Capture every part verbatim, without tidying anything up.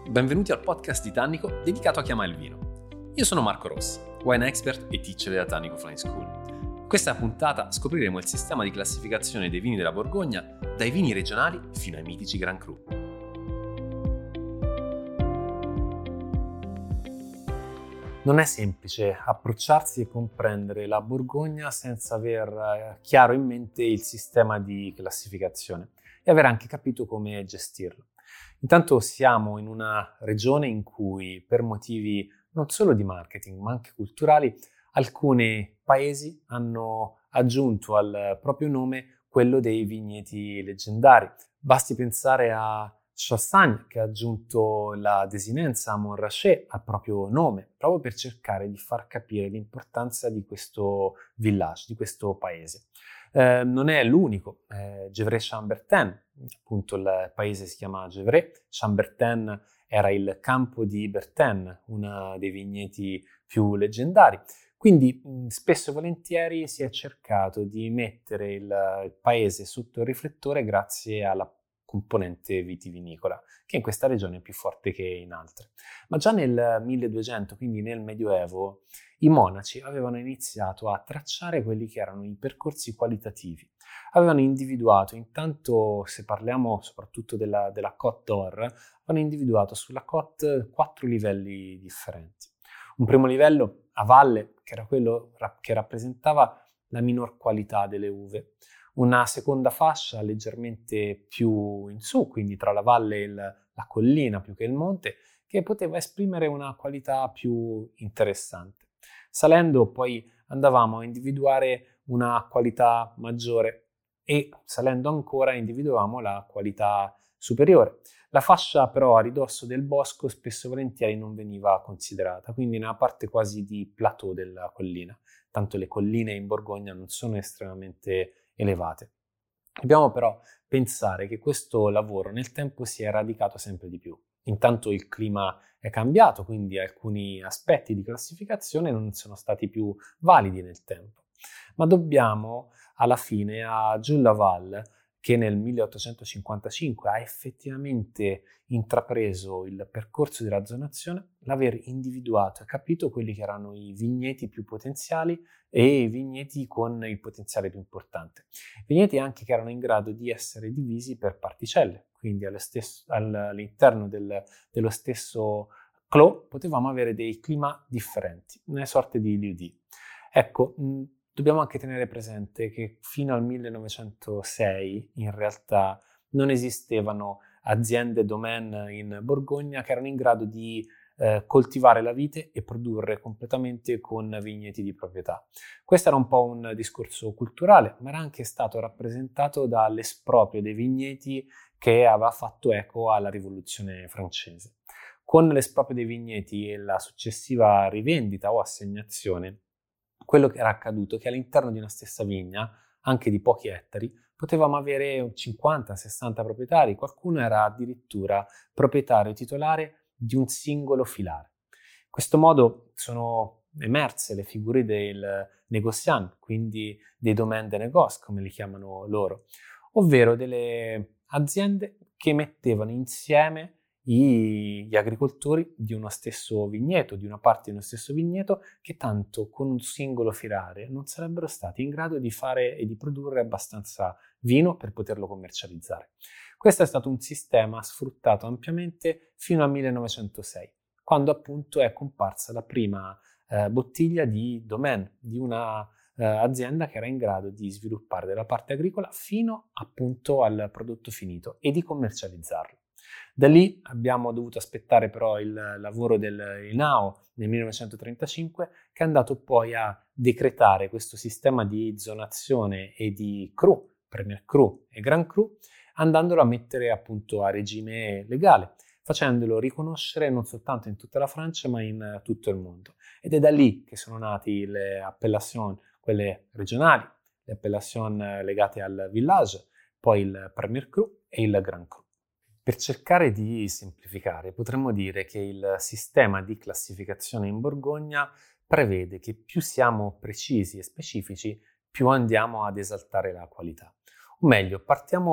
benvenuti al podcast di Tannico dedicato a chi ama il vino. Io sono Marco Rossi, wine expert e teacher della Tannico Flying School. In questa puntata scopriremo il sistema di classificazione dei vini della Borgogna, dai vini regionali fino ai mitici Grand Cru. Non è semplice approcciarsi e comprendere la Borgogna senza aver chiaro in mente il sistema di classificazione e aver anche capito come gestirlo. Intanto siamo in una regione in cui, per motivi non solo di marketing ma anche culturali, alcuni paesi hanno aggiunto al proprio nome quello dei vigneti leggendari. Basti pensare a Chassagne, che ha aggiunto la desinenza a Montrachet al proprio nome, proprio per cercare di far capire l'importanza di questo village, di questo paese. Eh, non è l'unico, eh, Gevrey-Chambertin, appunto il paese si chiama Gevrey, Chambertin era il campo di Bertin, uno dei vigneti più leggendari. Quindi mh, spesso e volentieri si è cercato di mettere il, il paese sotto il riflettore grazie alla componente vitivinicola, che in questa regione è più forte che in altre. Ma già nel milleduecento, quindi nel Medioevo, i monaci avevano iniziato a tracciare quelli che erano i percorsi qualitativi. Avevano individuato, intanto se parliamo soprattutto della, della Côte d'Or, avevano individuato sulla Côte quattro livelli differenti. Un primo livello a valle, che era quello che rappresentava la minor qualità delle uve. Una seconda fascia leggermente più in su, quindi tra la valle e il, la collina più che il monte, che poteva esprimere una qualità più interessante. Salendo poi andavamo a individuare una qualità maggiore e salendo ancora individuavamo la qualità superiore. La fascia però a ridosso del bosco spesso e volentieri non veniva considerata, quindi nella parte quasi di plateau della collina, tanto le colline in Borgogna non sono estremamente elevate. Dobbiamo però pensare che questo lavoro nel tempo si è radicato sempre di più. Intanto il clima è cambiato, quindi alcuni aspetti di classificazione non sono stati più validi nel tempo. Ma dobbiamo alla fine a Jules Laval, che nel milleottocentocinquantacinque ha effettivamente intrapreso il percorso di razzonazione, l'aver individuato e capito quelli che erano i vigneti più potenziali e i vigneti con il potenziale più importante. Vigneti anche che erano in grado di essere divisi per particelle, quindi stesso, all'interno del, dello stesso clos potevamo avere dei clima differenti, una sorta di lieu-dit. Ecco, mh, dobbiamo anche tenere presente che fino al millenovecentosei in realtà non esistevano aziende domain in Borgogna che erano in grado di eh, coltivare la vite e produrre completamente con vigneti di proprietà. Questo era un po' un discorso culturale, ma era anche stato rappresentato dall'esproprio dei vigneti che aveva fatto eco alla rivoluzione francese. Con l'esproprio dei vigneti e la successiva rivendita o assegnazione, quello che era accaduto è che all'interno di una stessa vigna, anche di pochi ettari, potevamo avere cinquanta sessanta proprietari, qualcuno era addirittura proprietario titolare di un singolo filare. In questo modo sono emerse le figure del négociant, quindi dei domaine de négoce, come li chiamano loro, ovvero delle aziende che mettevano insieme gli agricoltori di uno stesso vigneto, di una parte di uno stesso vigneto, che tanto con un singolo filare non sarebbero stati in grado di fare e di produrre abbastanza vino per poterlo commercializzare. Questo è stato un sistema sfruttato ampiamente fino al millenovecentosei, quando appunto è comparsa la prima eh, bottiglia di Domaine, di una eh, azienda che era in grado di sviluppare della parte agricola fino appunto al prodotto finito e di commercializzarlo. Da lì abbiamo dovuto aspettare però il lavoro del I N A O nel millenovecentotrentacinque, che è andato poi a decretare questo sistema di zonazione e di cru, Premier Cru e Grand Cru, andandolo a mettere appunto a regime legale, facendolo riconoscere non soltanto in tutta la Francia ma in tutto il mondo. Ed è da lì che sono nati le appellation, quelle regionali, le appellation legate al village, poi il Premier Cru e il Grand Cru. Per cercare di semplificare, potremmo dire che il sistema di classificazione in Borgogna prevede che più siamo precisi e specifici, più andiamo ad esaltare la qualità. O meglio, partiamo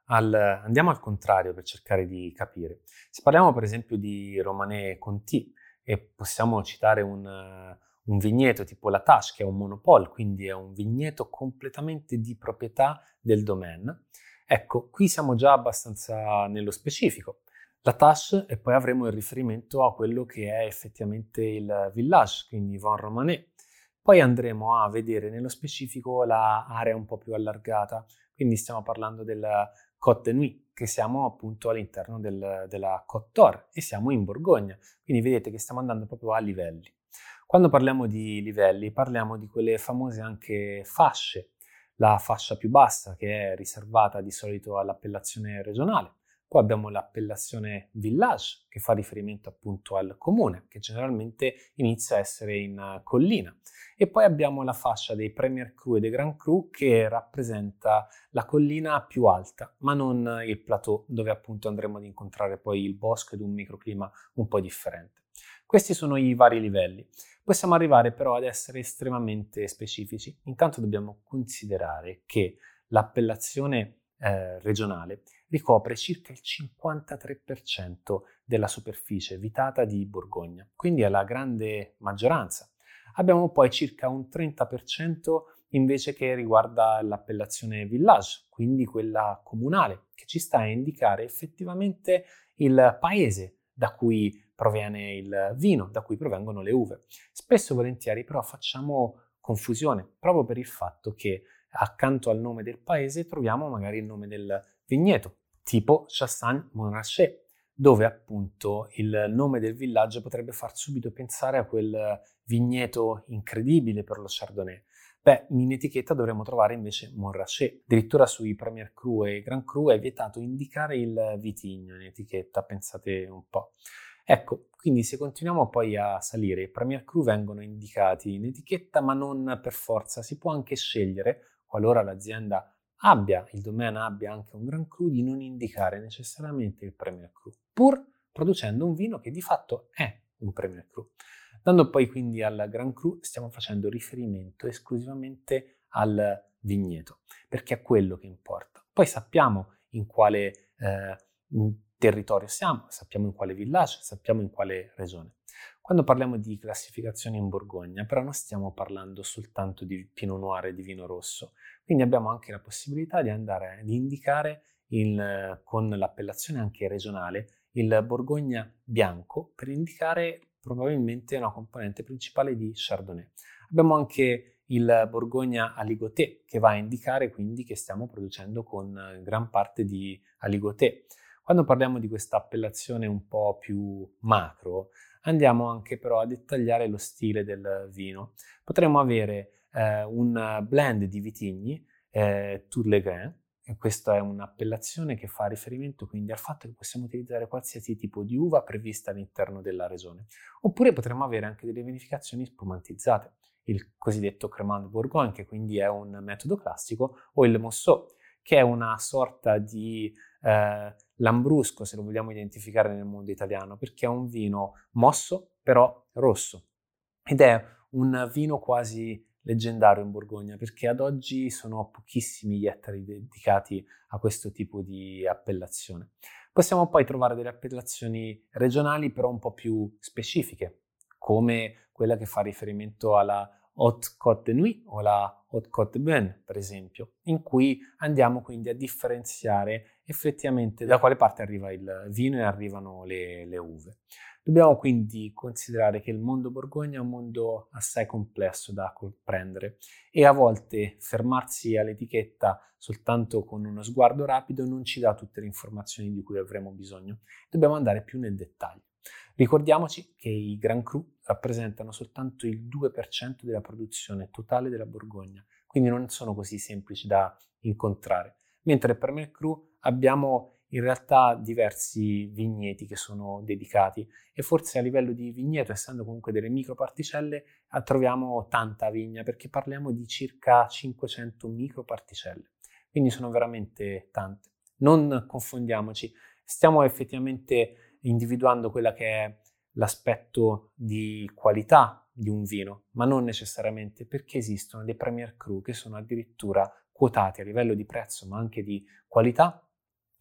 al, andiamo al contrario per cercare di capire. Se parliamo per esempio di Romanée Conti e possiamo citare un, un vigneto tipo la Tâche, che è un monopole, quindi è un vigneto completamente di proprietà del domaine, ecco, qui siamo già abbastanza nello specifico. La Tâche e poi avremo il riferimento a quello che è effettivamente il village, quindi Vin Romanée. Poi andremo a vedere nello specifico l'area un po' più allargata, quindi stiamo parlando del Côte de Nuits, che siamo appunto all'interno del, della Côte d'Or e siamo in Borgogna, quindi vedete che stiamo andando proprio a livelli. Quando parliamo di livelli parliamo di quelle famose anche fasce, la fascia più bassa che è riservata di solito all'appellazione regionale, poi abbiamo l'appellazione village che fa riferimento appunto al comune, che generalmente inizia a essere in collina. E poi abbiamo la fascia dei Premier Cru e dei Grand Cru che rappresenta la collina più alta, ma non il plateau dove appunto andremo ad incontrare poi il bosco ed un microclima un po' differente. Questi sono i vari livelli. Possiamo arrivare però ad essere estremamente specifici. Intanto dobbiamo considerare che l'appellazione eh, regionale ricopre circa il cinquantatré per cento della superficie vitata di Borgogna, quindi è la grande maggioranza. Abbiamo poi circa un trenta per cento invece che riguarda l'appellazione village, quindi quella comunale, che ci sta a indicare effettivamente il paese da cui proviene il vino, da cui provengono le uve. Spesso e volentieri però facciamo confusione, proprio per il fatto che accanto al nome del paese troviamo magari il nome del vigneto, tipo Chassagne-Montrachet, dove appunto il nome del villaggio potrebbe far subito pensare a quel vigneto incredibile per lo Chardonnay. Beh, in etichetta dovremmo trovare invece Montrachet. Addirittura sui Premier Cru e Grand Cru è vietato indicare il vitigno in etichetta, pensate un po'. Ecco, quindi se continuiamo poi a salire, i Premier Cru vengono indicati in etichetta, ma non per forza, si può anche scegliere, qualora l'azienda abbia, il domaine abbia anche un Grand Cru, di non indicare necessariamente il Premier Cru, pur producendo un vino che di fatto è un Premier Cru. Dando poi quindi al Grand Cru stiamo facendo riferimento esclusivamente al vigneto, perché è quello che importa. Poi sappiamo in quale eh, territorio siamo, sappiamo in quale village, sappiamo in quale regione. Quando parliamo di classificazione in Borgogna, però non stiamo parlando soltanto di Pinot Noir e di vino rosso, quindi abbiamo anche la possibilità di andare ad indicare il, con l'appellazione anche regionale il Borgogna bianco per indicare probabilmente una componente principale di Chardonnay. Abbiamo anche il Borgogna Aligoté che va a indicare quindi che stiamo producendo con gran parte di Aligoté. Quando parliamo di questa appellazione un po' più macro, andiamo anche però a dettagliare lo stile del vino. Potremmo avere eh, un blend di vitigni, eh, Tour le Grains, e questa è un'appellazione che fa riferimento quindi al fatto che possiamo utilizzare qualsiasi tipo di uva prevista all'interno della regione. Oppure potremmo avere anche delle vinificazioni spumantizzate, il cosiddetto Cremant de Bourgogne, che quindi è un metodo classico, o il Moussot, che è una sorta di eh, lambrusco, se lo vogliamo identificare nel mondo italiano, perché è un vino mosso, però rosso. Ed è un vino quasi leggendario in Borgogna, perché ad oggi sono pochissimi gli ettari dedicati a questo tipo di appellazione. Possiamo poi trovare delle appellazioni regionali, però un po' più specifiche, come quella che fa riferimento alla Haute Côte de Nuits o la Haute Côte de Beaune, per esempio, in cui andiamo quindi a differenziare effettivamente da quale parte arriva il vino e arrivano le, le uve. Dobbiamo quindi considerare che il mondo Borgogna è un mondo assai complesso da comprendere e a volte fermarsi all'etichetta soltanto con uno sguardo rapido non ci dà tutte le informazioni di cui avremo bisogno. Dobbiamo andare più nel dettaglio. Ricordiamoci che i Grand Cru rappresentano soltanto il due per cento della produzione totale della Borgogna, quindi non sono così semplici da incontrare. Mentre per Premier Cru abbiamo in realtà diversi vigneti che sono dedicati e forse a livello di vigneto, essendo comunque delle microparticelle, troviamo tanta vigna perché parliamo di circa cinquecento microparticelle, quindi sono veramente tante. Non confondiamoci, stiamo effettivamente individuando quella che è l'aspetto di qualità di un vino, ma non necessariamente, perché esistono dei Premier Cru che sono addirittura quotati a livello di prezzo ma anche di qualità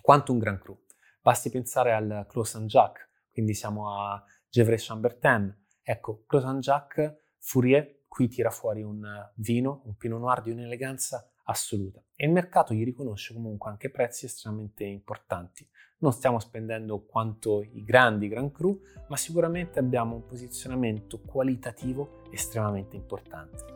quanto un Grand Cru. Basti pensare al Clos Saint-Jacques, quindi siamo a Gevrey-Chambertin. Ecco, Clos Saint-Jacques, Fourier qui tira fuori un vino, un Pinot Noir di un'eleganza assoluta. E il mercato gli riconosce comunque anche prezzi estremamente importanti. Non stiamo spendendo quanto i grandi Grand Cru, ma sicuramente abbiamo un posizionamento qualitativo estremamente importante.